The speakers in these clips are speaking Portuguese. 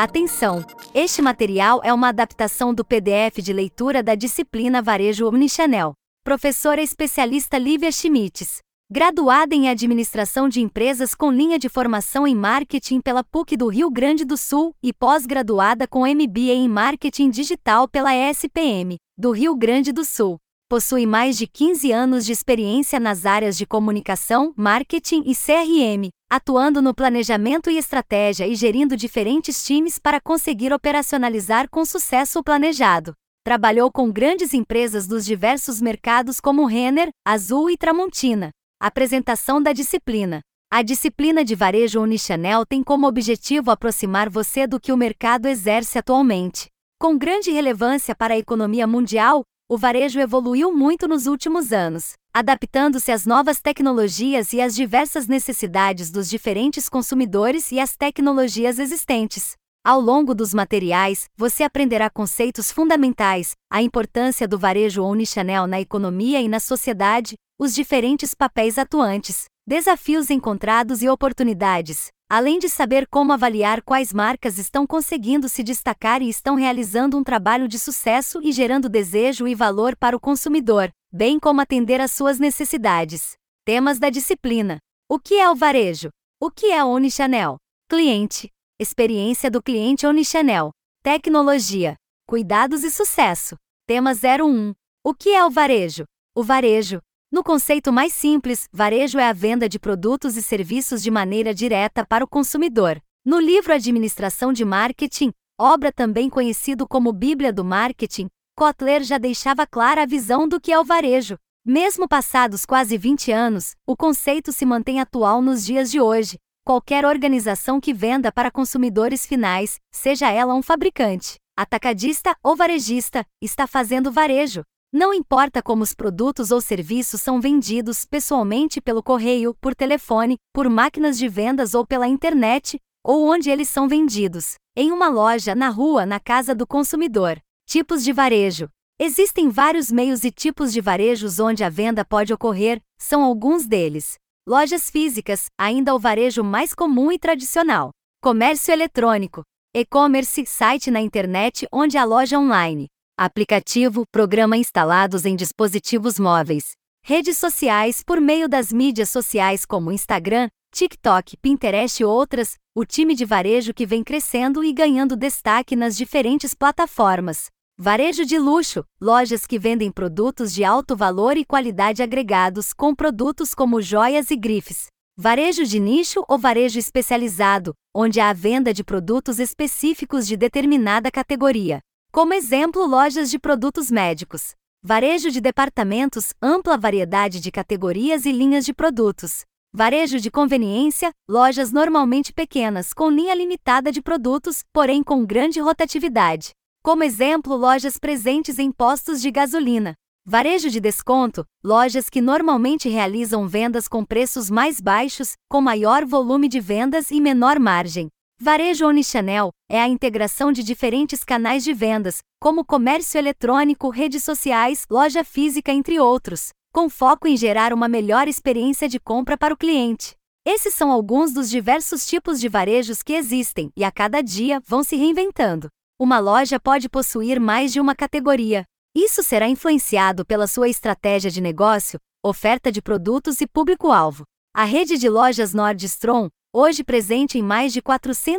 Atenção! Este material é uma adaptação do PDF de leitura da disciplina Varejo Omnichannel. Professora especialista Lívia Schmitz. Graduada em Administração de Empresas com linha de formação em Marketing pela PUC do Rio Grande do Sul e pós-graduada com MBA em Marketing Digital pela ESPM, do Rio Grande do Sul. Possui mais de 15 anos de experiência nas áreas de comunicação, marketing e CRM, atuando no planejamento e estratégia e gerindo diferentes times para conseguir operacionalizar com sucesso o planejado. Trabalhou com grandes empresas dos diversos mercados como Renner, Azul e Tramontina. Apresentação da disciplina. A disciplina de Varejo Omnichannel tem como objetivo aproximar você do que o mercado exerce atualmente. Com grande relevância para a economia mundial, o varejo evoluiu muito nos últimos anos, adaptando-se às novas tecnologias e às diversas necessidades dos diferentes consumidores e às tecnologias existentes. Ao longo dos materiais, você aprenderá conceitos fundamentais, a importância do varejo omnichannel na economia e na sociedade, os diferentes papéis atuantes, desafios encontrados e oportunidades, além de saber como avaliar quais marcas estão conseguindo se destacar e estão realizando um trabalho de sucesso e gerando desejo e valor para o consumidor, bem como atender às suas necessidades. Temas da disciplina. O que é o varejo? O que é o omnichannel? Cliente. Experiência do cliente omnichannel. Tecnologia. Cuidados e sucesso. Tema 01. O que é o varejo? O varejo. No conceito mais simples, varejo é a venda de produtos e serviços de maneira direta para o consumidor. No livro Administração de Marketing, obra também conhecido como Bíblia do Marketing, Kotler já deixava clara a visão do que é o varejo. Mesmo passados quase 20 anos, o conceito se mantém atual nos dias de hoje. Qualquer organização que venda para consumidores finais, seja ela um fabricante, atacadista ou varejista, está fazendo varejo. Não importa como os produtos ou serviços são vendidos pessoalmente pelo correio, por telefone, por máquinas de vendas ou pela internet, ou onde eles são vendidos, em uma loja, na rua, na casa do consumidor. Tipos de varejo. Existem vários meios e tipos de varejos onde a venda pode ocorrer, são alguns deles. Lojas físicas, ainda o varejo mais comum e tradicional. Comércio eletrônico. E-commerce, site na internet onde há loja online. Aplicativo, programa instalados em dispositivos móveis. Redes sociais por meio das mídias sociais como Instagram, TikTok, Pinterest e outras, o time de varejo que vem crescendo e ganhando destaque nas diferentes plataformas. Varejo de luxo, lojas que vendem produtos de alto valor e qualidade agregados com produtos como joias e grifes. Varejo de nicho ou varejo especializado, onde há a venda de produtos específicos de determinada categoria. Como exemplo, lojas de produtos médicos. Varejo de departamentos, ampla variedade de categorias e linhas de produtos. Varejo de conveniência, lojas normalmente pequenas com linha limitada de produtos, porém com grande rotatividade. Como exemplo, lojas presentes em postos de gasolina. Varejo de desconto, lojas que normalmente realizam vendas com preços mais baixos, com maior volume de vendas e menor margem. Varejo omnichannel é a integração de diferentes canais de vendas, como comércio eletrônico, redes sociais, loja física, entre outros, com foco em gerar uma melhor experiência de compra para o cliente. Esses são alguns dos diversos tipos de varejos que existem e a cada dia vão se reinventando. Uma loja pode possuir mais de uma categoria. Isso será influenciado pela sua estratégia de negócio, oferta de produtos e público-alvo. A rede de lojas Nordstrom, hoje presente em mais de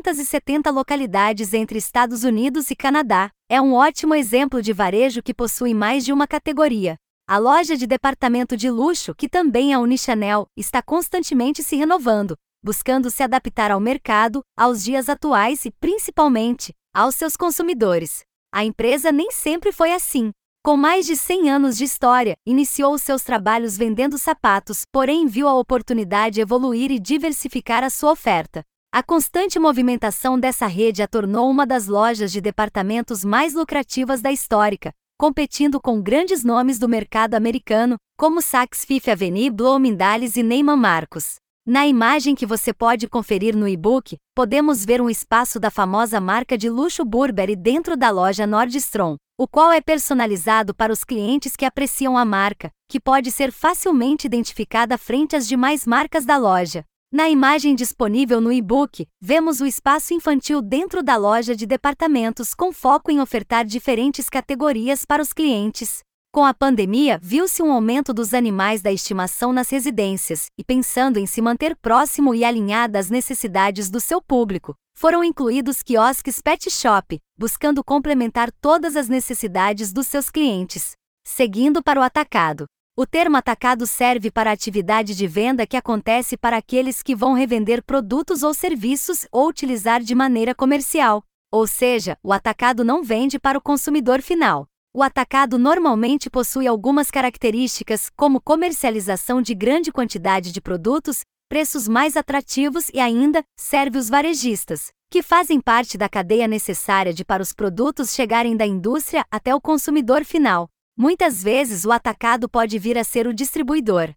470 localidades entre Estados Unidos e Canadá, é um ótimo exemplo de varejo que possui mais de uma categoria. A loja de departamento de luxo, que também é omnichannel, está constantemente se renovando, buscando se adaptar ao mercado, aos dias atuais e, principalmente, aos seus consumidores. A empresa nem sempre foi assim. Com mais de 100 anos de história, iniciou seus trabalhos vendendo sapatos, porém viu a oportunidade evoluir e diversificar a sua oferta. A constante movimentação dessa rede a tornou uma das lojas de departamentos mais lucrativas da história, competindo com grandes nomes do mercado americano, como Saks Fifth Avenue, Bloomingdale's e Neiman Marcus. Na imagem que você pode conferir no e-book, podemos ver um espaço da famosa marca de luxo Burberry dentro da loja Nordstrom, o qual é personalizado para os clientes que apreciam a marca, que pode ser facilmente identificada frente às demais marcas da loja. Na imagem disponível no e-book, vemos o espaço infantil dentro da loja de departamentos com foco em ofertar diferentes categorias para os clientes. Com a pandemia, viu-se um aumento dos animais da estimação nas residências, e pensando em se manter próximo e alinhada às necessidades do seu público, foram incluídos quiosques pet shop, buscando complementar todas as necessidades dos seus clientes. Seguindo para o atacado. O termo atacado serve para a atividade de venda que acontece para aqueles que vão revender produtos ou serviços ou utilizar de maneira comercial. Ou seja, o atacado não vende para o consumidor final. O atacado normalmente possui algumas características, como comercialização de grande quantidade de produtos, preços mais atrativos e ainda, serve os varejistas, que fazem parte da cadeia necessária para os produtos chegarem da indústria até o consumidor final. Muitas vezes o atacado pode vir a ser o distribuidor.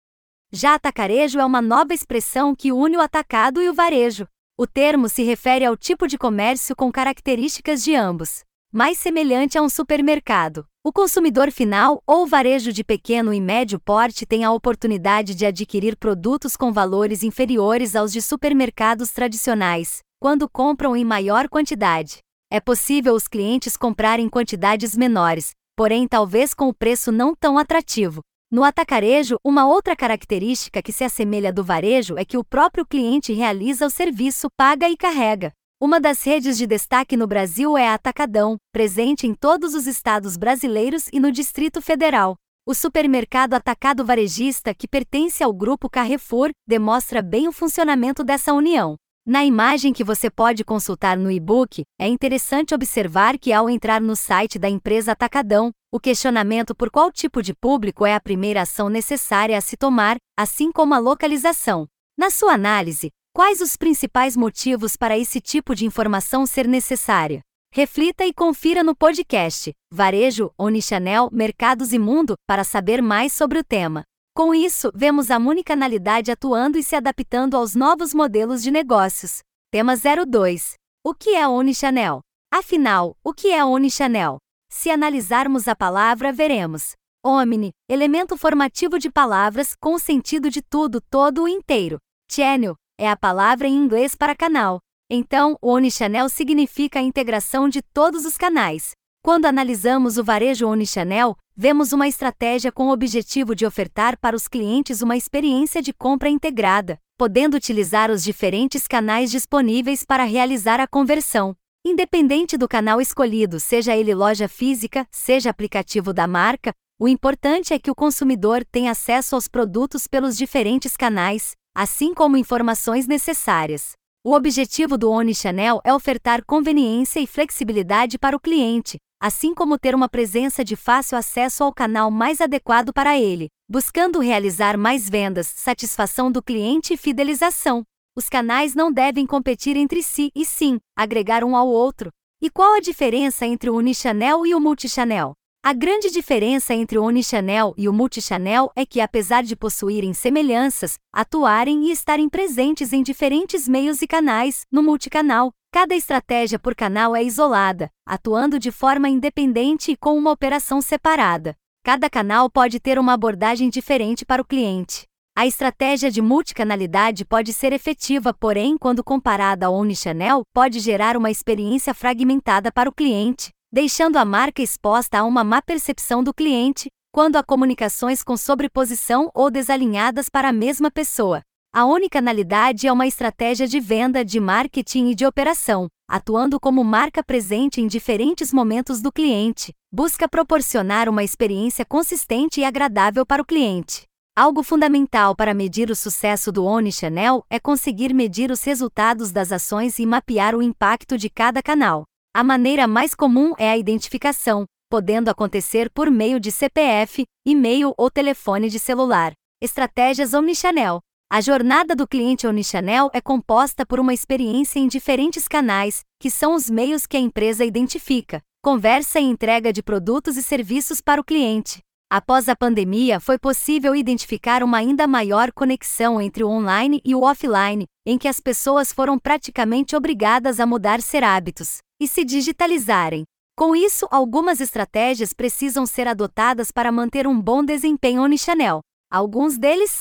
Já atacarejo é uma nova expressão que une o atacado e o varejo. O termo se refere ao tipo de comércio com características de ambos, mais semelhante a um supermercado. O consumidor final ou varejo de pequeno e médio porte tem a oportunidade de adquirir produtos com valores inferiores aos de supermercados tradicionais, quando compram em maior quantidade. É possível os clientes comprarem quantidades menores, porém talvez com o preço não tão atrativo. No atacarejo, uma outra característica que se assemelha do varejo é que o próprio cliente realiza o serviço, paga e carrega. Uma das redes de destaque no Brasil é a Atacadão, presente em todos os estados brasileiros e no Distrito Federal. O supermercado atacado varejista, que pertence ao grupo Carrefour, demonstra bem o funcionamento dessa união. Na imagem que você pode consultar no e-book, é interessante observar que ao entrar no site da empresa Atacadão, o questionamento por qual tipo de público é a primeira ação necessária a se tomar, assim como a localização. Na sua análise, quais os principais motivos para esse tipo de informação ser necessária? Reflita e confira no podcast Varejo, Omnichannel, Mercados e Mundo para saber mais sobre o tema. Com isso, vemos a omnicanalidade atuando e se adaptando aos novos modelos de negócios. Tema 02. O que é Omnichannel? Afinal, o que é Omnichannel? Se analisarmos a palavra, veremos. Omni, elemento formativo de palavras com o sentido de tudo, todo o inteiro. Channel, é a palavra em inglês para canal. Então, o Omnichannel significa a integração de todos os canais. Quando analisamos o varejo Omnichannel, vemos uma estratégia com o objetivo de ofertar para os clientes uma experiência de compra integrada, podendo utilizar os diferentes canais disponíveis para realizar a conversão. Independente do canal escolhido, seja ele loja física, seja aplicativo da marca, o importante é que o consumidor tenha acesso aos produtos pelos diferentes canais, assim como informações necessárias. O objetivo do Omnichannel é ofertar conveniência e flexibilidade para o cliente, assim como ter uma presença de fácil acesso ao canal mais adequado para ele, buscando realizar mais vendas, satisfação do cliente e fidelização. Os canais não devem competir entre si e sim, agregar um ao outro. E qual a diferença entre o Omnichannel e o Multichannel? A grande diferença entre o Omnichannel e o Multichannel é que, apesar de possuírem semelhanças, atuarem e estarem presentes em diferentes meios e canais, no multicanal, cada estratégia por canal é isolada, atuando de forma independente e com uma operação separada. Cada canal pode ter uma abordagem diferente para o cliente. A estratégia de multicanalidade pode ser efetiva, porém, quando comparada ao Omnichannel, pode gerar uma experiência fragmentada para o cliente, deixando a marca exposta a uma má percepção do cliente, quando há comunicações com sobreposição ou desalinhadas para a mesma pessoa. A omnicanalidade é uma estratégia de venda, de marketing e de operação, atuando como marca presente em diferentes momentos do cliente, busca proporcionar uma experiência consistente e agradável para o cliente. Algo fundamental para medir o sucesso do Omnichannel é conseguir medir os resultados das ações e mapear o impacto de cada canal. A maneira mais comum é a identificação, podendo acontecer por meio de CPF, e-mail ou telefone de celular. Estratégias Omnichannel. A jornada do cliente Omnichannel é composta por uma experiência em diferentes canais, que são os meios que a empresa identifica, conversa e entrega de produtos e serviços para o cliente. Após a pandemia, foi possível identificar uma ainda maior conexão entre o online e o offline, em que as pessoas foram praticamente obrigadas a mudar seus hábitos e se digitalizarem. Com isso, algumas estratégias precisam ser adotadas para manter um bom desempenho Omnichannel. Alguns deles são: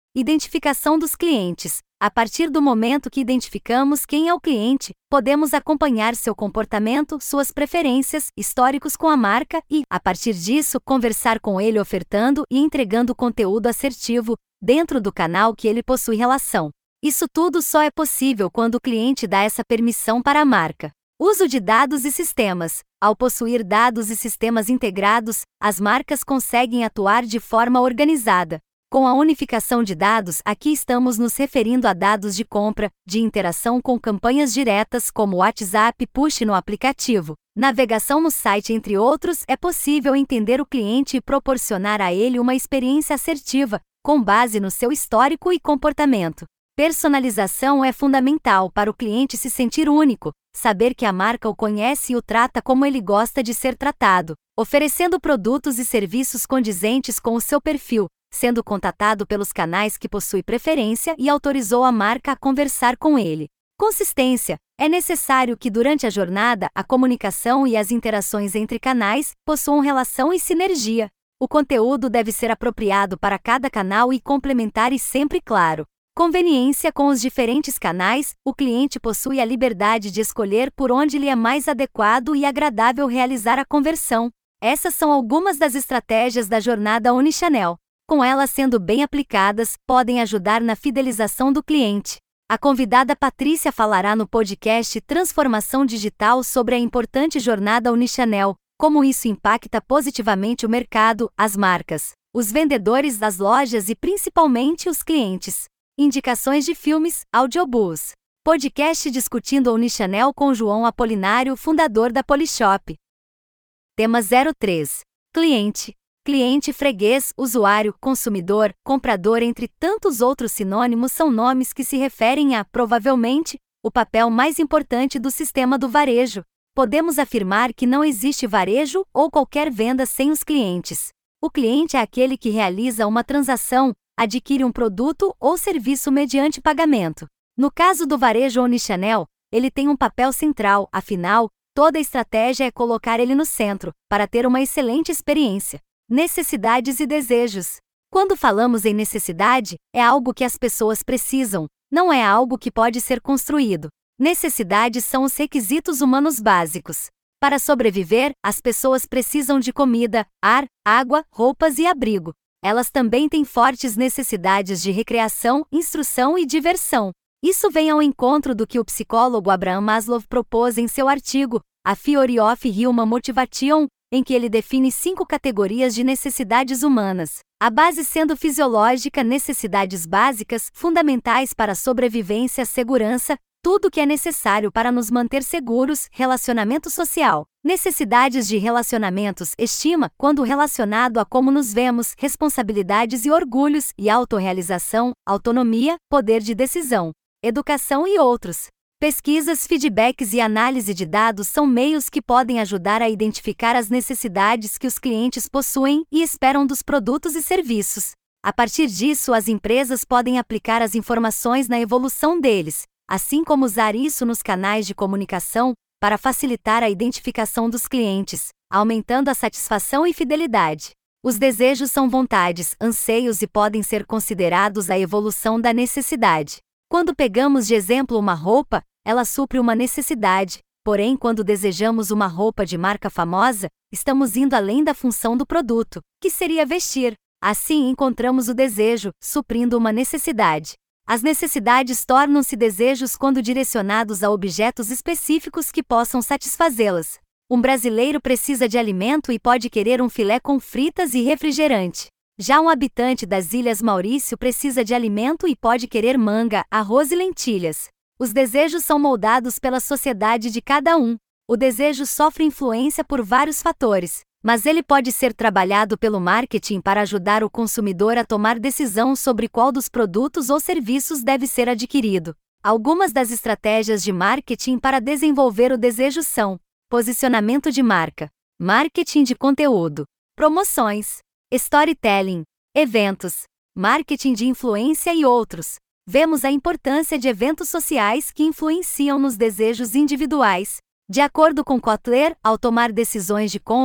Identificação dos clientes. A partir do momento que identificamos quem é o cliente, podemos acompanhar seu comportamento, suas preferências, históricos com a marca e, a partir disso, conversar com ele ofertando e entregando conteúdo assertivo dentro do canal que ele possui relação. Isso tudo só é possível quando o cliente dá essa permissão para a marca. Uso de dados e sistemas. Ao possuir dados e sistemas integrados, as marcas conseguem atuar de forma organizada. Com a unificação de dados, aqui estamos nos referindo a dados de compra, de interação com campanhas diretas como WhatsApp Push no aplicativo, navegação no site, entre outros. É possível entender o cliente e proporcionar a ele uma experiência assertiva, com base no seu histórico e comportamento. Personalização é fundamental para o cliente se sentir único, saber que a marca o conhece e o trata como ele gosta de ser tratado, oferecendo produtos e serviços condizentes com o seu perfil, sendo contatado pelos canais que possui preferência e autorizou a marca a conversar com ele. Consistência. É necessário que durante a jornada, a comunicação e as interações entre canais possuam relação e sinergia. O conteúdo deve ser apropriado para cada canal e complementar e sempre claro. Conveniência. Com os diferentes canais, o cliente possui a liberdade de escolher por onde lhe é mais adequado e agradável realizar a conversão. Essas são algumas das estratégias da jornada Omnichannel. Com elas sendo bem aplicadas, podem ajudar na fidelização do cliente. A convidada Patrícia falará no podcast Transformação Digital sobre a importante jornada Omnichannel, como isso impacta positivamente o mercado, as marcas, os vendedores das lojas e principalmente os clientes. Indicações de filmes, audiobooks. Podcast discutindo Omnichannel com João Apolinário, fundador da Polishop. Tema 03. Cliente. Cliente, freguês, usuário, consumidor, comprador, entre tantos outros sinônimos, são nomes que se referem a, provavelmente, o papel mais importante do sistema do varejo. Podemos afirmar que não existe varejo ou qualquer venda sem os clientes. O cliente é aquele que realiza uma transação, adquire um produto ou serviço mediante pagamento. No caso do varejo Omnichannel, ele tem um papel central, afinal, toda a estratégia é colocar ele no centro, para ter uma excelente experiência. Necessidades e desejos. Quando falamos em necessidade, é algo que as pessoas precisam, não é algo que pode ser construído. Necessidades são os requisitos humanos básicos. Para sobreviver, as pessoas precisam de comida, ar, água, roupas e abrigo. Elas também têm fortes necessidades de recreação, instrução e diversão. Isso vem ao encontro do que o psicólogo Abraham Maslow propôs em seu artigo, A Theory of Human Motivation, em que ele define 5 categorias de necessidades humanas. A base sendo fisiológica, necessidades básicas, fundamentais para a sobrevivência, segurança, tudo o que é necessário para nos manter seguros, relacionamento social. Necessidades de relacionamentos, estima, quando relacionado a como nos vemos, responsabilidades e orgulhos, e autorrealização, autonomia, poder de decisão, educação e outros. Pesquisas, feedbacks e análise de dados são meios que podem ajudar a identificar as necessidades que os clientes possuem e esperam dos produtos e serviços. A partir disso, as empresas podem aplicar as informações na evolução deles, assim como usar isso nos canais de comunicação, para facilitar a identificação dos clientes, aumentando a satisfação e fidelidade. Os desejos são vontades, anseios e podem ser considerados a evolução da necessidade. Quando pegamos de exemplo uma roupa, ela supre uma necessidade, porém quando desejamos uma roupa de marca famosa, estamos indo além da função do produto, que seria vestir. Assim encontramos o desejo, suprindo uma necessidade. As necessidades tornam-se desejos quando direcionados a objetos específicos que possam satisfazê-las. Um brasileiro precisa de alimento e pode querer um filé com fritas e refrigerante. Já um habitante das Ilhas Maurício precisa de alimento e pode querer manga, arroz e lentilhas. Os desejos são moldados pela sociedade de cada um. O desejo sofre influência por vários fatores, mas ele pode ser trabalhado pelo marketing para ajudar o consumidor a tomar decisão sobre qual dos produtos ou serviços deve ser adquirido. Algumas das estratégias de marketing para desenvolver o desejo são: posicionamento de marca, marketing de conteúdo, promoções, storytelling, eventos, marketing de influência e outros. Vemos a importância de eventos sociais que influenciam nos desejos individuais. De acordo com Kotler, ao tomar decisões de compra,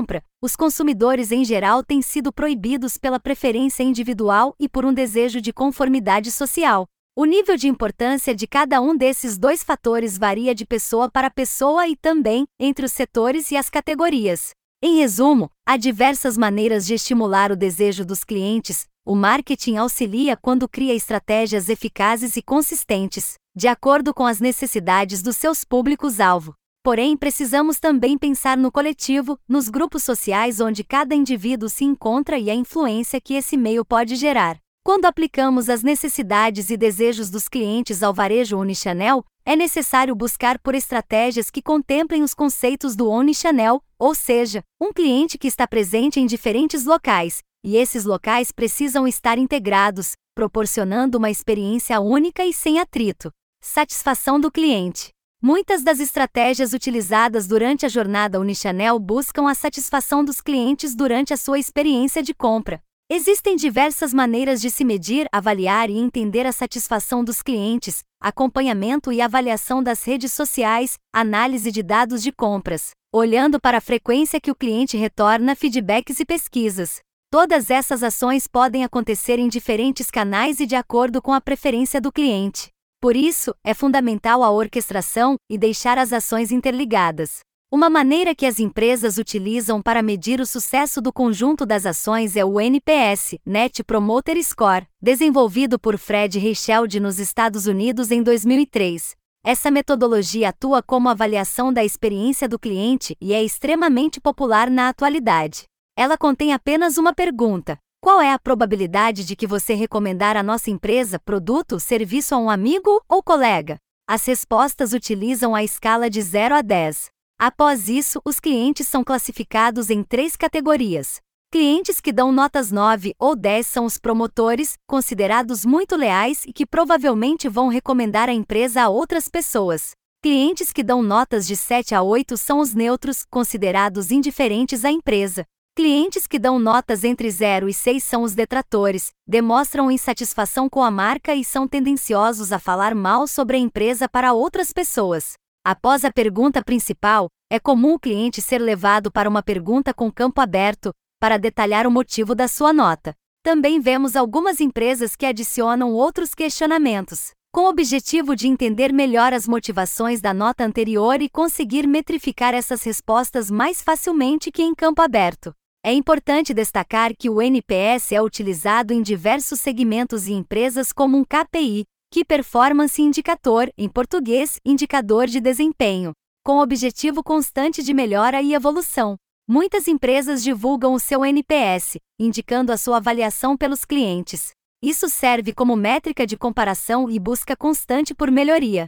Os consumidores em geral têm sido proibidos pela preferência individual e por um desejo de conformidade social. O nível de importância de cada um desses dois fatores varia de pessoa para pessoa e também entre os setores e as categorias. Em resumo, há diversas maneiras de estimular o desejo dos clientes. O marketing auxilia quando cria estratégias eficazes e consistentes, de acordo com as necessidades dos seus públicos-alvo. Porém, precisamos também pensar no coletivo, nos grupos sociais onde cada indivíduo se encontra e a influência que esse meio pode gerar. Quando aplicamos as necessidades e desejos dos clientes ao varejo omnichannel, é necessário buscar por estratégias que contemplem os conceitos do omnichannel, ou seja, um cliente que está presente em diferentes locais, e esses locais precisam estar integrados, proporcionando uma experiência única e sem atrito. Satisfação do cliente. Muitas das estratégias utilizadas durante a jornada omnichannel buscam a satisfação dos clientes durante a sua experiência de compra. Existem diversas maneiras de se medir, avaliar e entender a satisfação dos clientes: acompanhamento e avaliação das redes sociais, análise de dados de compras, olhando para a frequência que o cliente retorna, feedbacks e pesquisas. Todas essas ações podem acontecer em diferentes canais e de acordo com a preferência do cliente. Por isso, é fundamental a orquestração e deixar as ações interligadas. Uma maneira que as empresas utilizam para medir o sucesso do conjunto das ações é o NPS, Net Promoter Score, desenvolvido por Fred Reichheld nos Estados Unidos em 2003. Essa metodologia atua como avaliação da experiência do cliente e é extremamente popular na atualidade. Ela contém apenas uma pergunta: qual é a probabilidade de que você recomendar a nossa empresa, produto, serviço a um amigo ou colega? As respostas utilizam a escala de 0 a 10. Após isso, os clientes são classificados em 3 categorias. Clientes que dão notas 9 ou 10 são os promotores, considerados muito leais e que provavelmente vão recomendar a empresa a outras pessoas. Clientes que dão notas de 7 a 8 são os neutros, considerados indiferentes à empresa. Clientes que dão notas entre 0 e 6 são os detratores, demonstram insatisfação com a marca e são tendenciosos a falar mal sobre a empresa para outras pessoas. Após a pergunta principal, é comum o cliente ser levado para uma pergunta com campo aberto, para detalhar o motivo da sua nota. Também vemos algumas empresas que adicionam outros questionamentos, com o objetivo de entender melhor as motivações da nota anterior e conseguir metrificar essas respostas mais facilmente que em campo aberto. É importante destacar que o NPS é utilizado em diversos segmentos e empresas como um KPI, Key Performance Indicator, em português, indicador de desempenho, com objetivo constante de melhora e evolução. Muitas empresas divulgam o seu NPS, indicando a sua avaliação pelos clientes. Isso serve como métrica de comparação e busca constante por melhoria.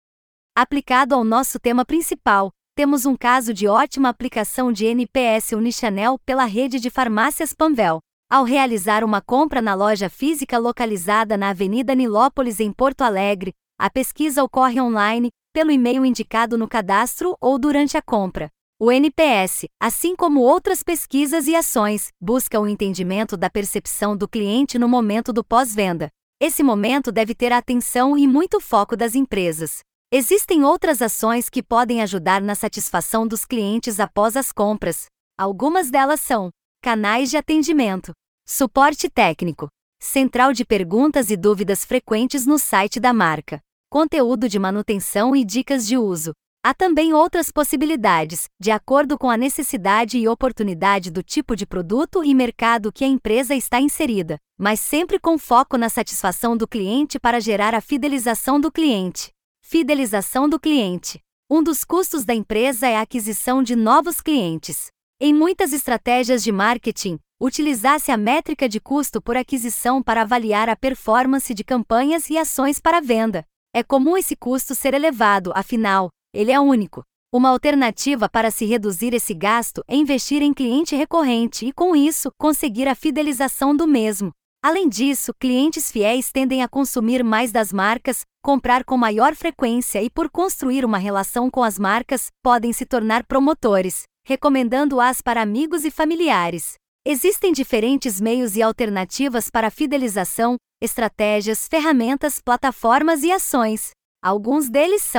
Aplicado ao nosso tema principal, temos um caso de ótima aplicação de NPS omnichannel pela rede de farmácias Panvel. Ao realizar uma compra na loja física localizada na Avenida Nilópolis em Porto Alegre, a pesquisa ocorre online, pelo e-mail indicado no cadastro ou durante a compra. O NPS, assim como outras pesquisas e ações, busca o entendimento da percepção do cliente no momento do pós-venda. Esse momento deve ter a atenção e muito foco das empresas. Existem outras ações que podem ajudar na satisfação dos clientes após as compras. Algumas delas são: canais de atendimento, suporte técnico, central de perguntas e dúvidas frequentes no site da marca, conteúdo de manutenção e dicas de uso. Há também outras possibilidades, de acordo com a necessidade e oportunidade do tipo de produto e mercado que a empresa está inserida, mas sempre com foco na satisfação do cliente para gerar a fidelização do cliente. Fidelização do cliente. Um dos custos da empresa é a aquisição de novos clientes. Em muitas estratégias de marketing, utiliza-se a métrica de custo por aquisição para avaliar a performance de campanhas e ações para venda. É comum esse custo ser elevado, afinal, ele é único. Uma alternativa para se reduzir esse gasto é investir em cliente recorrente e, com isso, conseguir a fidelização do mesmo. Além disso, clientes fiéis tendem a consumir mais das marcas, comprar com maior frequência e, por construir uma relação com as marcas, podem se tornar promotores, recomendando-as para amigos e familiares. Existem diferentes meios e alternativas para a fidelização, estratégias, ferramentas, plataformas e ações. Alguns deles são: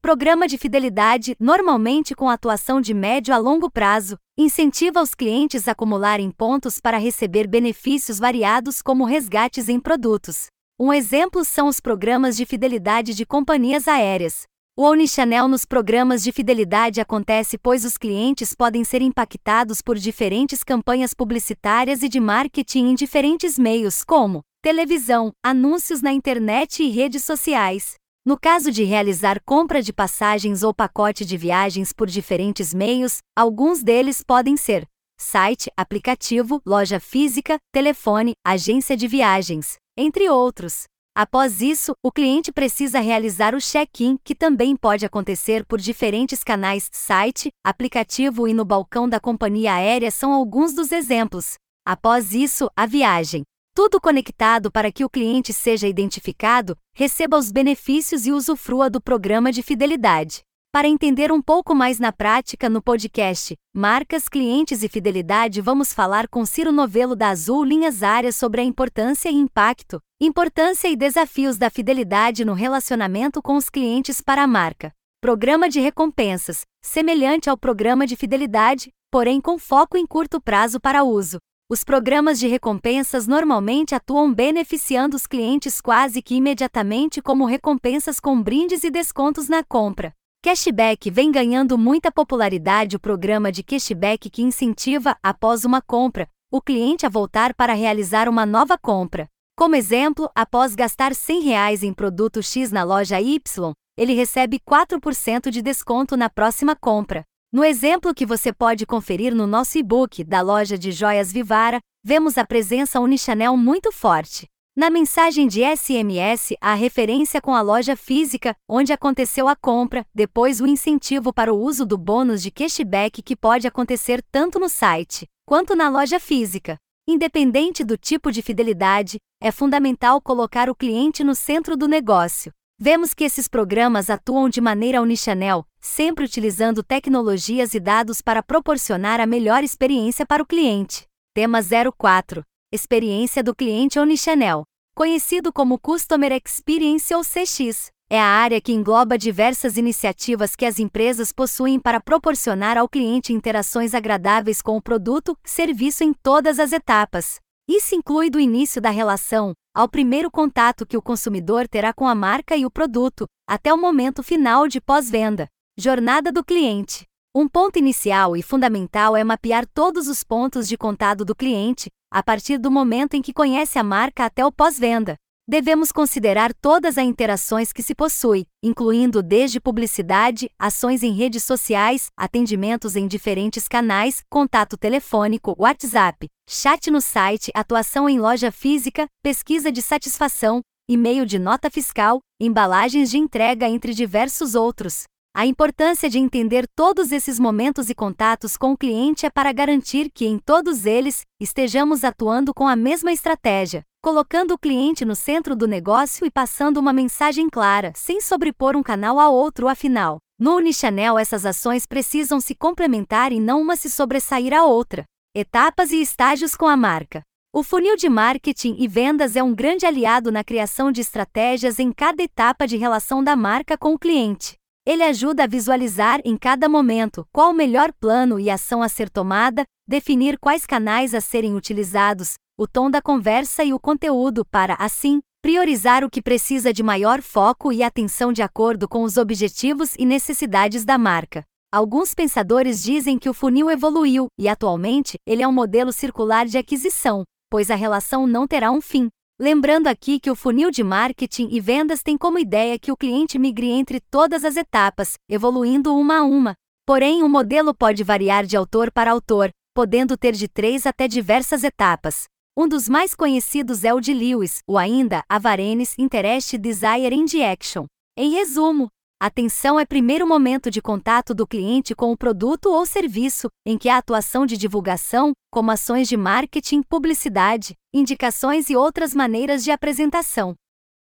Programa de fidelidade, normalmente com atuação de médio a longo prazo, incentiva os clientes a acumularem pontos para receber benefícios variados como resgates em produtos. Um exemplo são os programas de fidelidade de companhias aéreas. O omnichannel nos programas de fidelidade acontece pois os clientes podem ser impactados por diferentes campanhas publicitárias e de marketing em diferentes meios como televisão, anúncios na internet e redes sociais. No caso de realizar compra de passagens ou pacote de viagens por diferentes meios, alguns deles podem ser site, aplicativo, loja física, telefone, agência de viagens, entre outros. Após isso, o cliente precisa realizar o check-in, que também pode acontecer por diferentes canais, site, aplicativo e no balcão da companhia aérea são alguns dos exemplos. Após isso, a viagem. Tudo conectado para que o cliente seja identificado, receba os benefícios e usufrua do programa de fidelidade. Para entender um pouco mais na prática no podcast Marcas, Clientes e Fidelidade, vamos falar com Ciro Novello da Azul Linhas Áreas sobre a importância e impacto, importância e desafios da fidelidade no relacionamento com os clientes para a marca. Programa de recompensas, semelhante ao programa de fidelidade, porém com foco em curto prazo para uso. Os programas de recompensas normalmente atuam beneficiando os clientes quase que imediatamente como recompensas com brindes e descontos na compra. Cashback vem ganhando muita popularidade. O programa de cashback que incentiva, após uma compra, o cliente a voltar para realizar uma nova compra. Como exemplo, após gastar R$100 em produto X na loja Y, ele recebe 4% de desconto na próxima compra. No exemplo que você pode conferir no nosso e-book da loja de joias Vivara, vemos a presença omnichannel muito forte. Na mensagem de SMS, há referência com a loja física, onde aconteceu a compra, depois o incentivo para o uso do bônus de cashback que pode acontecer tanto no site quanto na loja física. Independente do tipo de fidelidade, é fundamental colocar o cliente no centro do negócio. Vemos que esses programas atuam de maneira omnichannel, sempre utilizando tecnologias e dados para proporcionar a melhor experiência para o cliente. Tema 04. Experiência do cliente omnichannel. Conhecido como Customer Experience ou CX, é a área que engloba diversas iniciativas que as empresas possuem para proporcionar ao cliente interações agradáveis com o produto, serviço em todas as etapas. Isso inclui do início da relação, ao primeiro contato que o consumidor terá com a marca e o produto, até o momento final de pós-venda. Jornada do cliente. Um ponto inicial e fundamental é mapear todos os pontos de contato do cliente, a partir do momento em que conhece a marca até o pós-venda. Devemos considerar todas as interações que se possui, incluindo desde publicidade, ações em redes sociais, atendimentos em diferentes canais, contato telefônico, WhatsApp, chat no site, atuação em loja física, pesquisa de satisfação, e-mail de nota fiscal, embalagens de entrega, entre diversos outros. A importância de entender todos esses momentos e contatos com o cliente é para garantir que em todos eles, estejamos atuando com a mesma estratégia, colocando o cliente no centro do negócio e passando uma mensagem clara, sem sobrepor um canal a outro. Afinal, no omnichannel essas ações precisam se complementar e não uma se sobressair à outra. Etapas e estágios com a marca. O funil de marketing e vendas é um grande aliado na criação de estratégias em cada etapa de relação da marca com o cliente. Ele ajuda a visualizar em cada momento qual o melhor plano e ação a ser tomada, definir quais canais a serem utilizados, o tom da conversa e o conteúdo para, assim, priorizar o que precisa de maior foco e atenção de acordo com os objetivos e necessidades da marca. Alguns pensadores dizem que o funil evoluiu e, atualmente, ele é um modelo circular de aquisição, pois a relação não terá um fim. Lembrando aqui que o funil de marketing e vendas tem como ideia que o cliente migre entre todas as etapas, evoluindo uma a uma. Porém, o modelo pode variar de autor para autor, podendo ter de 3 até diversas etapas. Um dos mais conhecidos é o de Lewis, ou ainda, Awareness, Interest, Desire and Action. Em resumo, atenção é primeiro momento de contato do cliente com o produto ou serviço, em que há atuação de divulgação, como ações de marketing, publicidade, indicações e outras maneiras de apresentação.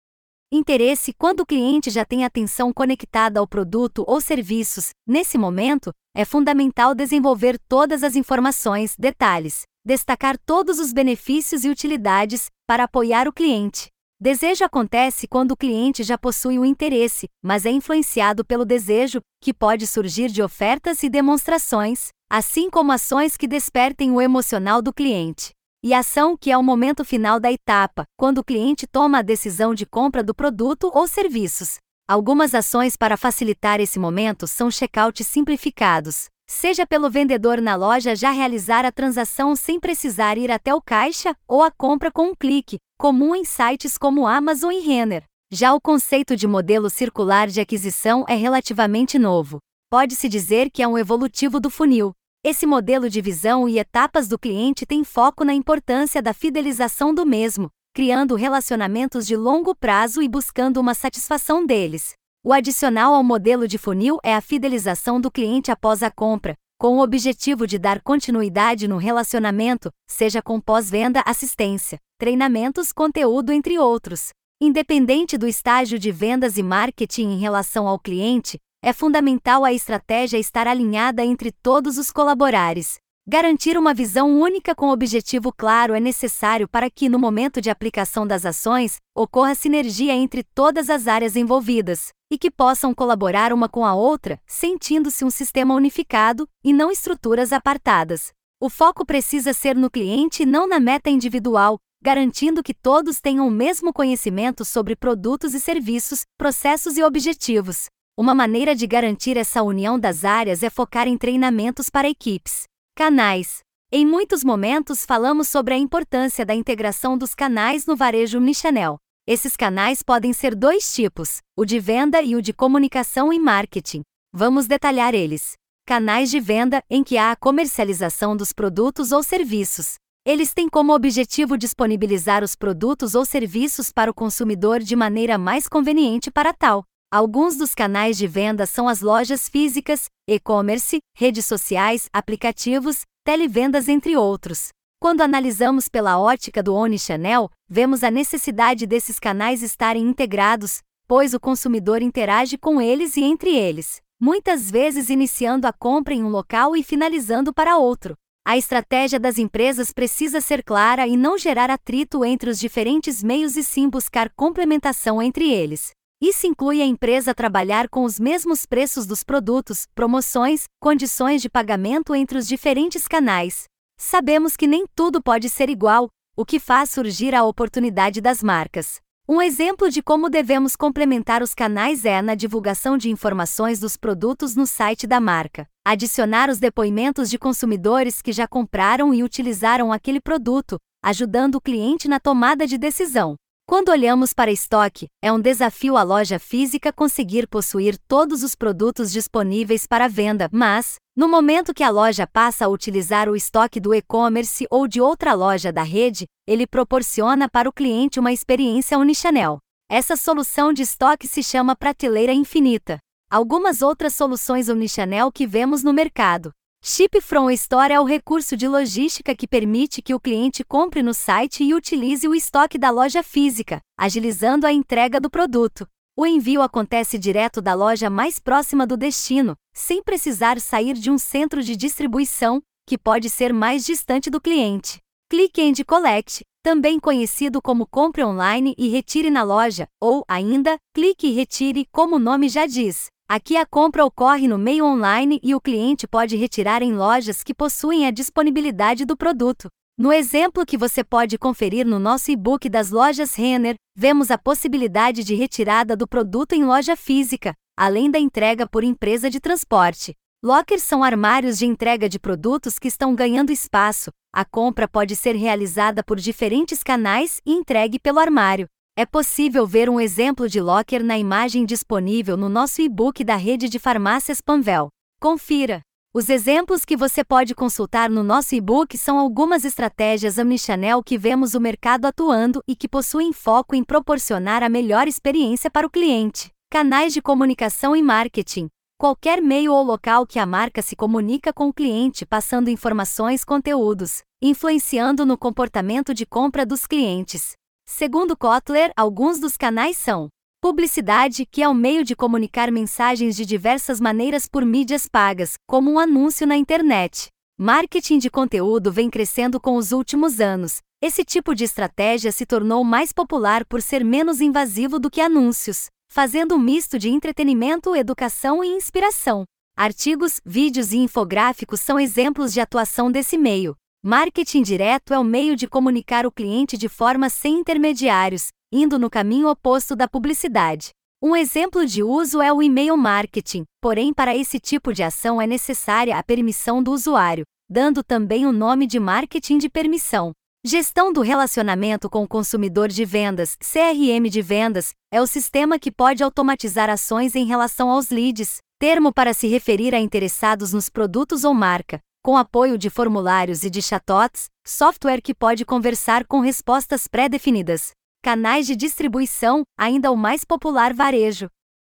Interesse quando o cliente já tem atenção conectada ao produto ou serviços. Nesse momento, é fundamental desenvolver todas as informações, detalhes, destacar todos os benefícios e utilidades, para apoiar o cliente. Desejo acontece quando o cliente já possui o interesse, mas é influenciado pelo desejo, que pode surgir de ofertas e demonstrações, assim como ações que despertem o emocional do cliente. E ação, que é o momento final da etapa, quando o cliente toma a decisão de compra do produto ou serviços. Algumas ações para facilitar esse momento são checkouts simplificados, seja pelo vendedor na loja já realizar a transação sem precisar ir até o caixa, ou a compra com um clique, comum em sites como Amazon e Renner. Já o conceito de modelo circular de aquisição é relativamente novo. Pode-se dizer que é um evolutivo do funil. Esse modelo de visão e etapas do cliente tem foco na importância da fidelização do mesmo, criando relacionamentos de longo prazo e buscando uma satisfação deles. O adicional ao modelo de funil é a fidelização do cliente após a compra, com o objetivo de dar continuidade no relacionamento, seja com pós-venda, assistência, treinamentos, conteúdo, entre outros. Independente do estágio de vendas e marketing em relação ao cliente, é fundamental a estratégia estar alinhada entre todos os colaboradores. Garantir uma visão única com objetivo claro é necessário para que, no momento de aplicação das ações, ocorra sinergia entre todas as áreas envolvidas, e que possam colaborar uma com a outra, sentindo-se um sistema unificado, e não estruturas apartadas. O foco precisa ser no cliente e não na meta individual, garantindo que todos tenham o mesmo conhecimento sobre produtos e serviços, processos e objetivos. Uma maneira de garantir essa união das áreas é focar em treinamentos para equipes. Canais. Em muitos momentos falamos sobre a importância da integração dos canais no varejo omnichannel. Esses canais podem ser dois tipos, o de venda e o de comunicação e marketing. Vamos detalhar eles. Canais de venda, em que há a comercialização dos produtos ou serviços. Eles têm como objetivo disponibilizar os produtos ou serviços para o consumidor de maneira mais conveniente para tal. Alguns dos canais de venda são as lojas físicas, e-commerce, redes sociais, aplicativos, televendas, entre outros. Quando analisamos pela ótica do omnichannel, vemos a necessidade desses canais estarem integrados, pois o consumidor interage com eles e entre eles, muitas vezes iniciando a compra em um local e finalizando para outro. A estratégia das empresas precisa ser clara e não gerar atrito entre os diferentes meios e sim buscar complementação entre eles. Isso inclui a empresa trabalhar com os mesmos preços dos produtos, promoções, condições de pagamento entre os diferentes canais. Sabemos que nem tudo pode ser igual, o que faz surgir a oportunidade das marcas. Um exemplo de como devemos complementar os canais é na divulgação de informações dos produtos no site da marca. Adicionar os depoimentos de consumidores que já compraram e utilizaram aquele produto, ajudando o cliente na tomada de decisão. Quando olhamos para estoque, é um desafio a loja física conseguir possuir todos os produtos disponíveis para venda, mas, no momento que a loja passa a utilizar o estoque do e-commerce ou de outra loja da rede, ele proporciona para o cliente uma experiência omnichannel. Essa solução de estoque se chama prateleira infinita. Algumas outras soluções omnichannel que vemos no mercado. Ship from Store é o recurso de logística que permite que o cliente compre no site e utilize o estoque da loja física, agilizando a entrega do produto. O envio acontece direto da loja mais próxima do destino, sem precisar sair de um centro de distribuição, que pode ser mais distante do cliente. Click and Collect, também conhecido como compre online e retire na loja, ou, ainda, clique e retire, como o nome já diz. Aqui a compra ocorre no meio online e o cliente pode retirar em lojas que possuem a disponibilidade do produto. No exemplo que você pode conferir no nosso e-book das lojas Renner, vemos a possibilidade de retirada do produto em loja física, além da entrega por empresa de transporte. Lockers são armários de entrega de produtos que estão ganhando espaço. A compra pode ser realizada por diferentes canais e entregue pelo armário. É possível ver um exemplo de locker na imagem disponível no nosso e-book da rede de farmácias Panvel. Confira! Os exemplos que você pode consultar no nosso e-book são algumas estratégias omnichannel que vemos o mercado atuando e que possuem foco em proporcionar a melhor experiência para o cliente. Canais de comunicação e marketing. Qualquer meio ou local que a marca se comunica com o cliente passando informações, conteúdos, influenciando no comportamento de compra dos clientes. Segundo Kotler, alguns dos canais são publicidade, que é o meio de comunicar mensagens de diversas maneiras por mídias pagas, como um anúncio na internet. Marketing de conteúdo vem crescendo com os últimos anos, Esse tipo de estratégia se tornou mais popular por ser menos invasivo do que anúncios, fazendo um misto de entretenimento, educação e inspiração. Artigos, vídeos e infográficos são exemplos de atuação desse meio. Marketing direto é o meio de comunicar o cliente de forma sem intermediários, indo no caminho oposto da publicidade. Um exemplo de uso é o e-mail marketing, porém para esse tipo de ação é necessária a permissão do usuário, dando também o nome de marketing de permissão. Gestão do relacionamento com o consumidor de vendas, CRM de vendas, é o sistema que pode automatizar ações em relação aos leads, termo para se referir a interessados nos produtos ou marca, com apoio de formulários e de chatbots, software que pode conversar com respostas pré-definidas. Canais de distribuição, ainda o mais popular varejo.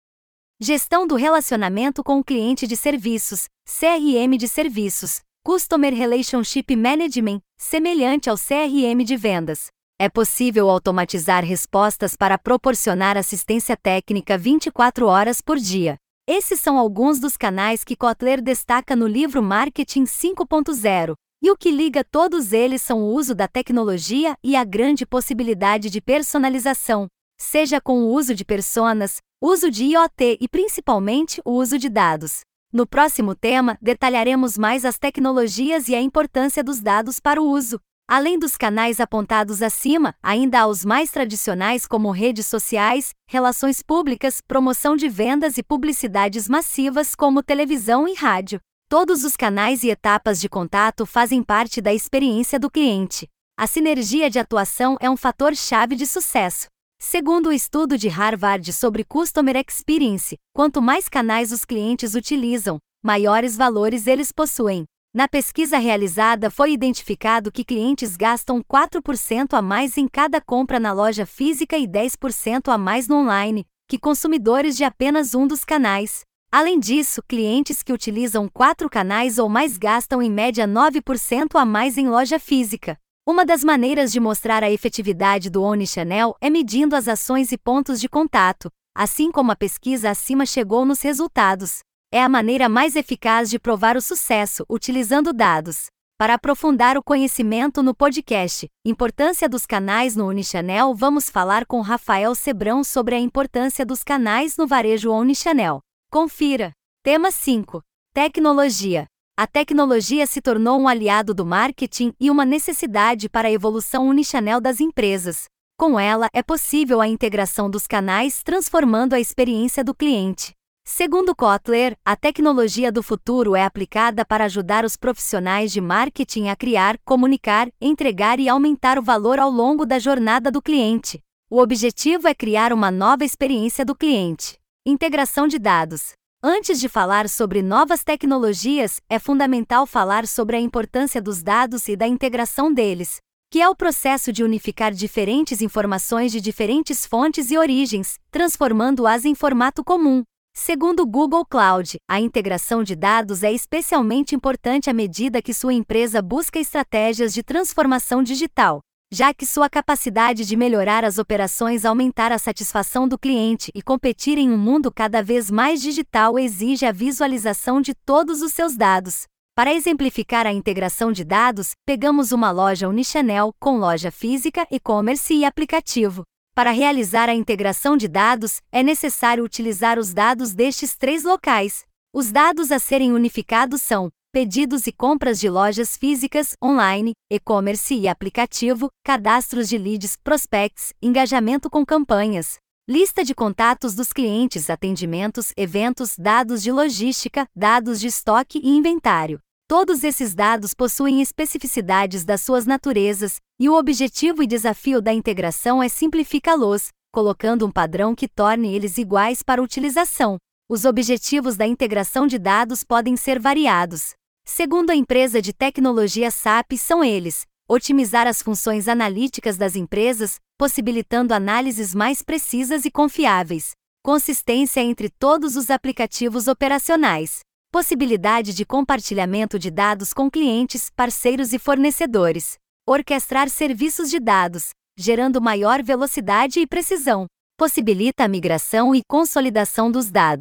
Gestão do relacionamento com o cliente de serviços, CRM de serviços, Customer Relationship Management, semelhante ao CRM de vendas. É possível automatizar respostas para proporcionar assistência técnica 24 horas por dia. Esses são alguns dos canais que Kotler destaca no livro Marketing 5.0. E o que liga todos eles são o uso da tecnologia e a grande possibilidade de personalização, seja com o uso de personas, uso de IoT e principalmente o uso de dados. No próximo tema, detalharemos mais as tecnologias e a importância dos dados para o uso. Além dos canais apontados acima, ainda há os mais tradicionais como redes sociais, relações públicas, promoção de vendas e publicidades massivas como televisão e rádio. Todos os canais e etapas de contato fazem parte da experiência do cliente. A sinergia de atuação é um fator-chave de sucesso. Segundo o estudo de Harvard sobre Customer Experience, quanto mais canais os clientes utilizam, maiores valores eles possuem. Na pesquisa realizada foi identificado que clientes gastam 4% a mais em cada compra na loja física e 10% a mais no online, que consumidores de apenas um dos canais. Além disso, clientes que utilizam 4 canais ou mais gastam em média 9% a mais em loja física. Uma das maneiras de mostrar a efetividade do Omnichannel é medindo as ações e pontos de contato, assim como a pesquisa acima chegou nos resultados. É a maneira mais eficaz de provar o sucesso, utilizando dados. Para aprofundar o conhecimento no podcast Importância dos Canais no Omnichannel, vamos falar com Rafael Sebrão sobre a importância dos canais no varejo Omnichannel. Confira. Tema 5. Tecnologia. A tecnologia se tornou um aliado do marketing e uma necessidade para a evolução omnichannel das empresas. Com ela, é possível a integração dos canais, transformando a experiência do cliente. Segundo Kotler, a tecnologia do futuro é aplicada para ajudar os profissionais de marketing a criar, comunicar, entregar e aumentar o valor ao longo da jornada do cliente. O objetivo é criar uma nova experiência do cliente. Integração de dados. Antes de falar sobre novas tecnologias, é fundamental falar sobre a importância dos dados e da integração deles, que é o processo de unificar diferentes informações de diferentes fontes e origens, transformando-as em formato comum. Segundo o Google Cloud, a integração de dados é especialmente importante à medida que sua empresa busca estratégias de transformação digital, já que sua capacidade de melhorar as operações, aumentar a satisfação do cliente e competir em um mundo cada vez mais digital exige a visualização de todos os seus dados. Para exemplificar a integração de dados, pegamos uma loja Omnichannel com loja física, e-commerce e aplicativo. Para realizar a integração de dados, é necessário utilizar os dados destes 3 locais. Os dados a serem unificados são pedidos e compras de lojas físicas, online, e-commerce e aplicativo, cadastros de leads, prospects, engajamento com campanhas, lista de contatos dos clientes, atendimentos, eventos, dados de logística, dados de estoque e inventário. Todos esses dados possuem especificidades das suas naturezas, e o objetivo e desafio da integração é simplificá-los, colocando um padrão que torne eles iguais para utilização. Os objetivos da integração de dados podem ser variados. Segundo a empresa de tecnologia SAP, são eles: otimizar as funções analíticas das empresas, possibilitando análises mais precisas e confiáveis, consistência entre todos os aplicativos operacionais, possibilidade de compartilhamento de dados com clientes, parceiros e fornecedores, orquestrar serviços de dados, gerando maior velocidade e precisão, possibilita a migração e consolidação dos dados.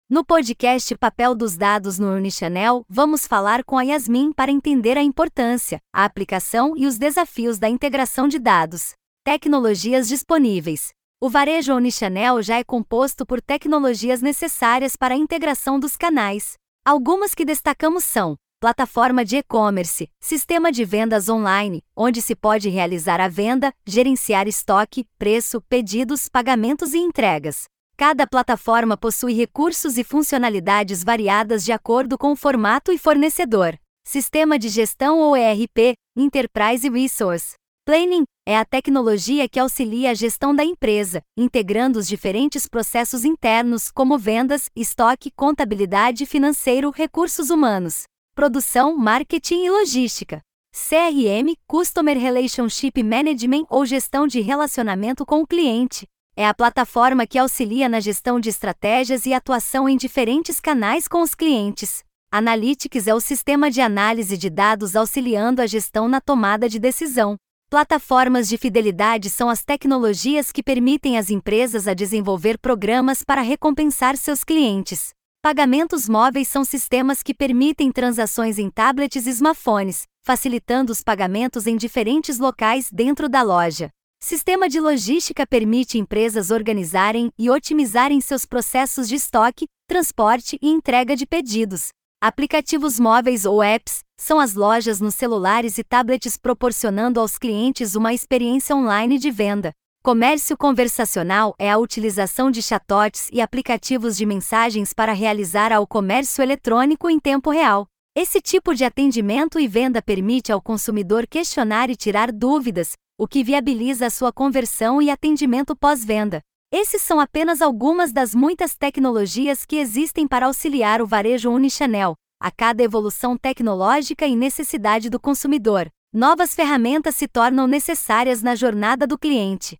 No podcast Papel dos Dados no Omnichannel, vamos falar com a Yasmin para entender a importância, a aplicação e os desafios da integração de dados. Tecnologias disponíveis. O varejo Omnichannel já é composto por tecnologias necessárias para a integração dos canais. Algumas que destacamos são: plataforma de e-commerce, sistema de vendas online, onde se pode realizar a venda, gerenciar estoque, preço, pedidos, pagamentos e entregas. Cada plataforma possui recursos e funcionalidades variadas de acordo com o formato e fornecedor. Sistema de gestão ou ERP, Enterprise Resource Planning, é a tecnologia que auxilia a gestão da empresa, integrando os diferentes processos internos como vendas, estoque, contabilidade, financeiro, recursos humanos, produção, marketing e logística. CRM, Customer Relationship Management ou gestão de relacionamento com o cliente. É a plataforma que auxilia na gestão de estratégias e atuação em diferentes canais com os clientes. Analytics é o sistema de análise de dados auxiliando a gestão na tomada de decisão. Plataformas de fidelidade são as tecnologias que permitem às empresas a desenvolver programas para recompensar seus clientes. Pagamentos móveis são sistemas que permitem transações em tablets e smartphones, facilitando os pagamentos em diferentes locais dentro da loja. Sistema de logística permite empresas organizarem e otimizarem seus processos de estoque, transporte e entrega de pedidos. Aplicativos móveis ou apps são as lojas nos celulares e tablets proporcionando aos clientes uma experiência online de venda. Comércio conversacional é a utilização de chatbots e aplicativos de mensagens para realizar o comércio eletrônico em tempo real. Esse tipo de atendimento e venda permite ao consumidor questionar e tirar dúvidas, o que viabiliza a sua conversão e atendimento pós-venda. Esses são apenas algumas das muitas tecnologias que existem para auxiliar o varejo Omnichannel, a cada evolução tecnológica e necessidade do consumidor. Novas ferramentas se tornam necessárias na jornada do cliente.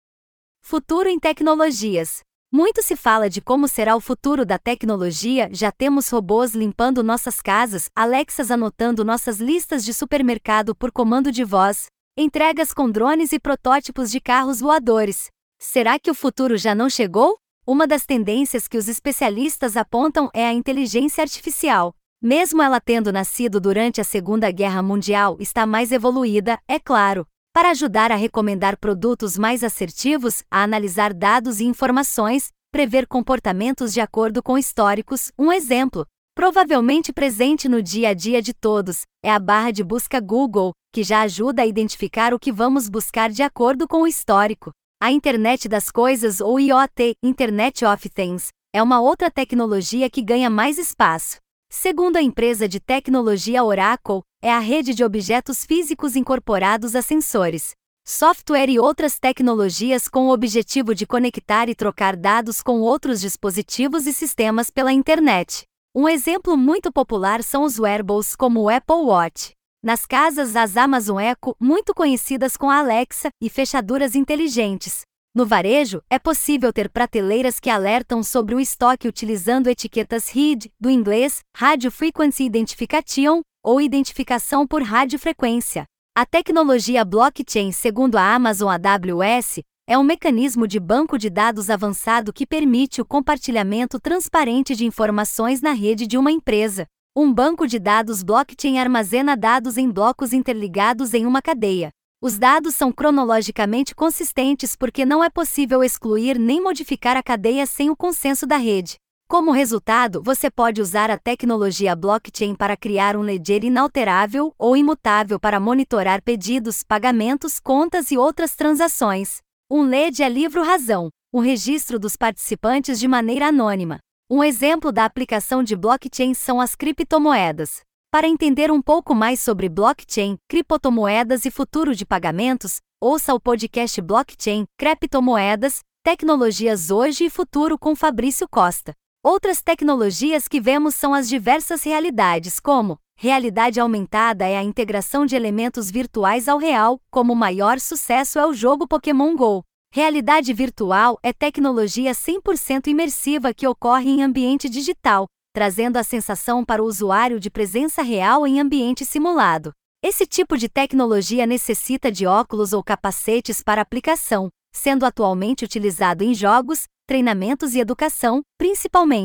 Futuro em tecnologias. Muito se fala de como será o futuro da tecnologia, já temos robôs limpando nossas casas, Alexas anotando nossas listas de supermercado por comando de voz, entregas com drones e protótipos de carros voadores. Será que o futuro já não chegou? Uma das tendências que os especialistas apontam é a inteligência artificial. Mesmo ela tendo nascido durante a Segunda Guerra Mundial, está mais evoluída, é claro, para ajudar a recomendar produtos mais assertivos, a analisar dados e informações, prever comportamentos de acordo com históricos. Um exemplo, provavelmente presente no dia a dia de todos, é a barra de busca Google, que já ajuda a identificar o que vamos buscar de acordo com o histórico. A Internet das Coisas ou IoT, Internet of Things, é uma outra tecnologia que ganha mais espaço. Segundo a empresa de tecnologia Oracle, é a rede de objetos físicos incorporados a sensores, software e outras tecnologias com o objetivo de conectar e trocar dados com outros dispositivos e sistemas pela internet. Um exemplo muito popular são os wearables como o Apple Watch. Nas casas, as Amazon Echo, muito conhecidas com a Alexa, e fechaduras inteligentes. No varejo, é possível ter prateleiras que alertam sobre o estoque utilizando etiquetas RFID, do inglês, Radio Frequency Identification, ou identificação por radiofrequência. A tecnologia blockchain, segundo a Amazon AWS, é um mecanismo de banco de dados avançado que permite o compartilhamento transparente de informações na rede de uma empresa. Um banco de dados blockchain armazena dados em blocos interligados em uma cadeia. Os dados são cronologicamente consistentes porque não é possível excluir nem modificar a cadeia sem o consenso da rede. Como resultado, você pode usar a tecnologia blockchain para criar um ledger inalterável ou imutável para monitorar pedidos, pagamentos, contas e outras transações. Um LED é livro-razão, o registro dos participantes de maneira anônima. Um exemplo da aplicação de blockchain são as criptomoedas. Para entender um pouco mais sobre blockchain, criptomoedas e futuro de pagamentos, ouça o podcast Blockchain, Criptomoedas, Tecnologias Hoje e Futuro com Fabrício Costa. Outras tecnologias que vemos são as diversas realidades, como realidade aumentada é a integração de elementos virtuais ao real, como o maior sucesso é o jogo Pokémon Go. Realidade virtual é tecnologia 100% imersiva que ocorre em ambiente digital, trazendo a sensação para o usuário de presença real em ambiente simulado. Esse tipo de tecnologia necessita de óculos ou capacetes para aplicação, sendo atualmente utilizado em jogos, treinamentos e educação, principalmente.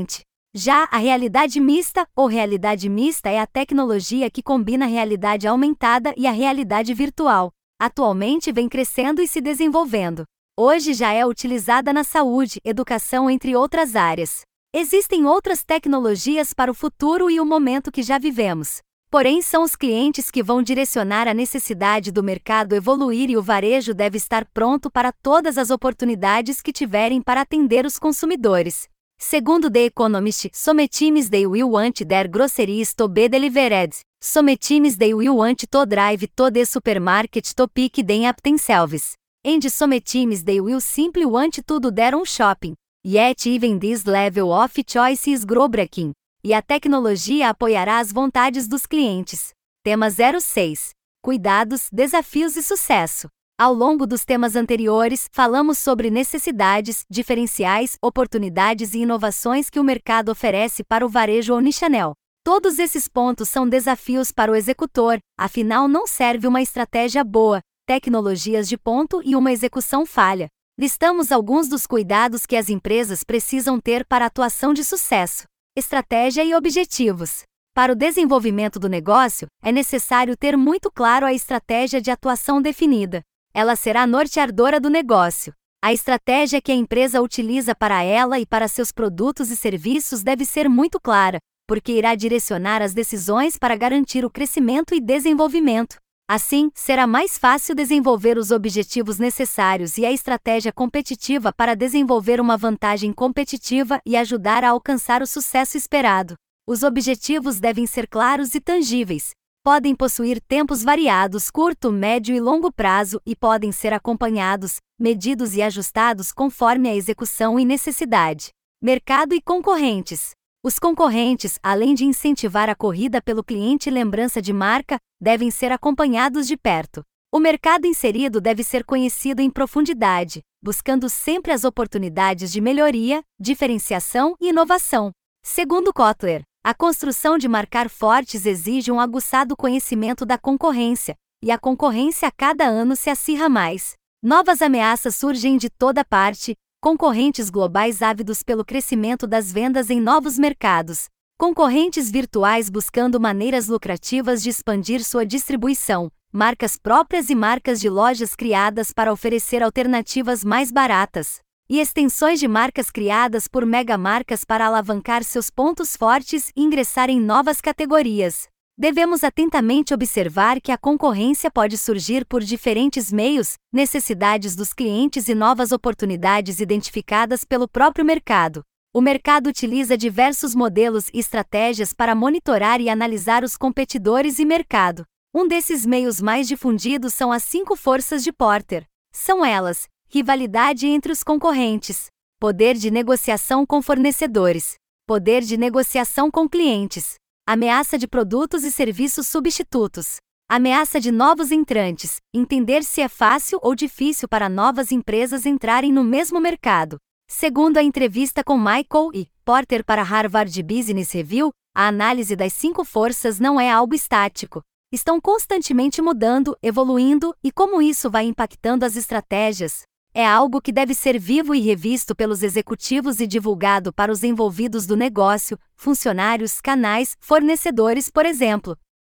Já a realidade mista, ou realidade mista, é a tecnologia que combina a realidade aumentada e a realidade virtual. Atualmente vem crescendo e se desenvolvendo. Hoje já é utilizada na saúde, educação, entre outras áreas. Existem outras tecnologias para o futuro e o momento que já vivemos. Porém, são os clientes que vão direcionar a necessidade do mercado evoluir, e o varejo deve estar pronto para todas as oportunidades que tiverem para atender os consumidores. Segundo The Economist, sometimes they will want their groceries to be delivered. Sometimes they will want to drive to the supermarket to pick them up themselves. And sometimes they will simply want to do their own shopping. Yet even this level of choice is groundbreaking. E a tecnologia apoiará as vontades dos clientes. Tema 06. Cuidados, desafios e sucesso. Ao longo dos temas anteriores, falamos sobre necessidades, diferenciais, oportunidades e inovações que o mercado oferece para o varejo omnichannel. Todos esses pontos são desafios para o executor, afinal não serve uma estratégia boa, tecnologias de ponto e uma execução falha. Listamos alguns dos cuidados que as empresas precisam ter para a atuação de sucesso. Estratégia e objetivos. Para o desenvolvimento do negócio, é necessário ter muito claro a estratégia de atuação definida. Ela será norteadora do negócio. A estratégia que a empresa utiliza para ela e para seus produtos e serviços deve ser muito clara, porque irá direcionar as decisões para garantir o crescimento e desenvolvimento. Assim, será mais fácil desenvolver os objetivos necessários e a estratégia competitiva para desenvolver uma vantagem competitiva e ajudar a alcançar o sucesso esperado. Os objetivos devem ser claros e tangíveis. Podem possuir tempos variados, curto, médio e longo prazo, e podem ser acompanhados, medidos e ajustados conforme a execução e necessidade. Mercado e concorrentes. Os concorrentes, além de incentivar a corrida pelo cliente e lembrança de marca, devem ser acompanhados de perto. O mercado inserido deve ser conhecido em profundidade, buscando sempre as oportunidades de melhoria, diferenciação e inovação. Segundo Kotler, a construção de marcas fortes exige um aguçado conhecimento da concorrência, e a concorrência a cada ano se acirra mais. Novas ameaças surgem de toda parte, concorrentes globais ávidos pelo crescimento das vendas em novos mercados, concorrentes virtuais buscando maneiras lucrativas de expandir sua distribuição, marcas próprias e marcas de lojas criadas para oferecer alternativas mais baratas, e extensões de marcas criadas por megamarcas para alavancar seus pontos fortes e ingressar em novas categorias. Devemos atentamente observar que a concorrência pode surgir por diferentes meios, necessidades dos clientes e novas oportunidades identificadas pelo próprio mercado. O mercado utiliza diversos modelos e estratégias para monitorar e analisar os competidores e mercado. Um desses meios mais difundidos são as 5 forças de Porter. São elas: rivalidade entre os concorrentes, poder de negociação com fornecedores, poder de negociação com clientes, ameaça de produtos e serviços substitutos, ameaça de novos entrantes, entender se é fácil ou difícil para novas empresas entrarem no mesmo mercado. Segundo a entrevista com Michael E. Porter para Harvard Business Review, a análise das 5 forças não é algo estático. Estão constantemente mudando, evoluindo, e como isso vai impactando as estratégias? É algo que deve ser vivo e revisto pelos executivos e divulgado para os envolvidos do negócio, funcionários, canais, fornecedores, por exemplo.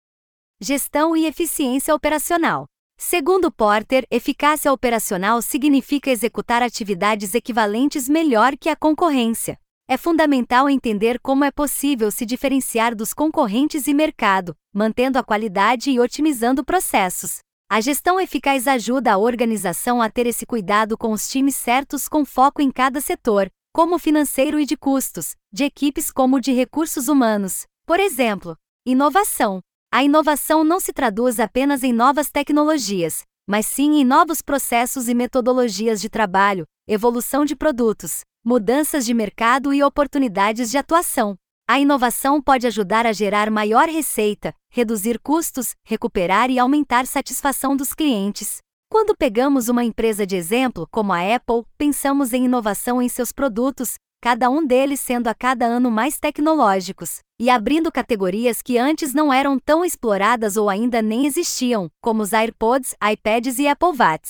Gestão e eficiência operacional. Segundo Porter, eficácia operacional significa executar atividades equivalentes melhor que a concorrência. É fundamental entender como é possível se diferenciar dos concorrentes e mercado, mantendo a qualidade e otimizando processos. A gestão eficaz ajuda a organização a ter esse cuidado com os times certos com foco em cada setor, como financeiro e de custos, de equipes como de recursos humanos. Por exemplo, inovação. A inovação não se traduz apenas em novas tecnologias, mas sim em novos processos e metodologias de trabalho, evolução de produtos, mudanças de mercado e oportunidades de atuação. A inovação pode ajudar a gerar maior receita, reduzir custos, recuperar e aumentar satisfação dos clientes. Quando pegamos uma empresa de exemplo, como a Apple, pensamos em inovação em seus produtos, cada um deles sendo a cada ano mais tecnológicos, e abrindo categorias que antes não eram tão exploradas ou ainda nem existiam, como os AirPods, iPads e Apple Watches.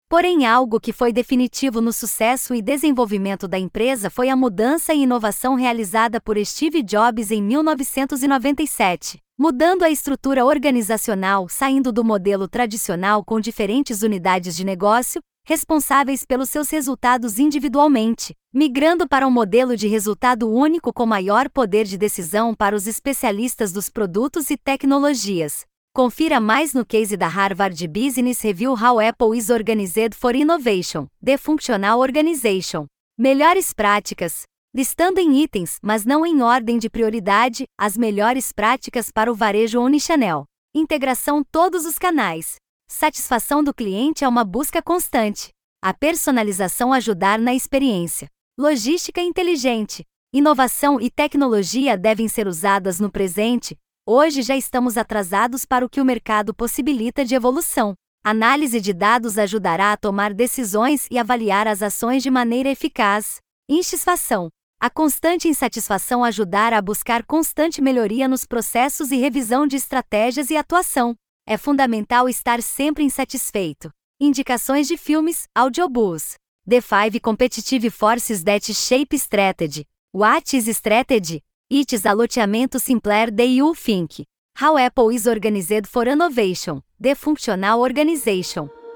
Porém, algo que foi definitivo no sucesso e desenvolvimento da empresa foi a mudança e inovação realizada por Steve Jobs em 1997, mudando a estrutura organizacional, saindo do modelo tradicional com diferentes unidades de negócio, responsáveis pelos seus resultados individualmente, migrando para um modelo de resultado único com maior poder de decisão para os especialistas dos produtos e tecnologias. Confira mais no case da Harvard Business Review How Apple is Organized for Innovation, The Functional Organization. Melhores práticas. Listando em itens, mas não em ordem de prioridade, as melhores práticas para o varejo omnichannel. Integração todos os canais. Satisfação do cliente é uma busca constante. A personalização ajudar na experiência. Logística inteligente. Inovação e tecnologia devem ser usadas no presente. Hoje já estamos atrasados para o que o mercado possibilita de evolução. Análise de dados ajudará a tomar decisões e avaliar as ações de maneira eficaz. Insatisfação. A constante insatisfação ajudará a buscar constante melhoria nos processos e revisão de estratégias e atuação. É fundamental estar sempre insatisfeito. Indicações de filmes, audiobooks. The 5 Competitive Forces That Shape Strategy. What is Strategy? It is a loteamento simpler than you think. How Apple is Organized for Innovation, The Functional Organization.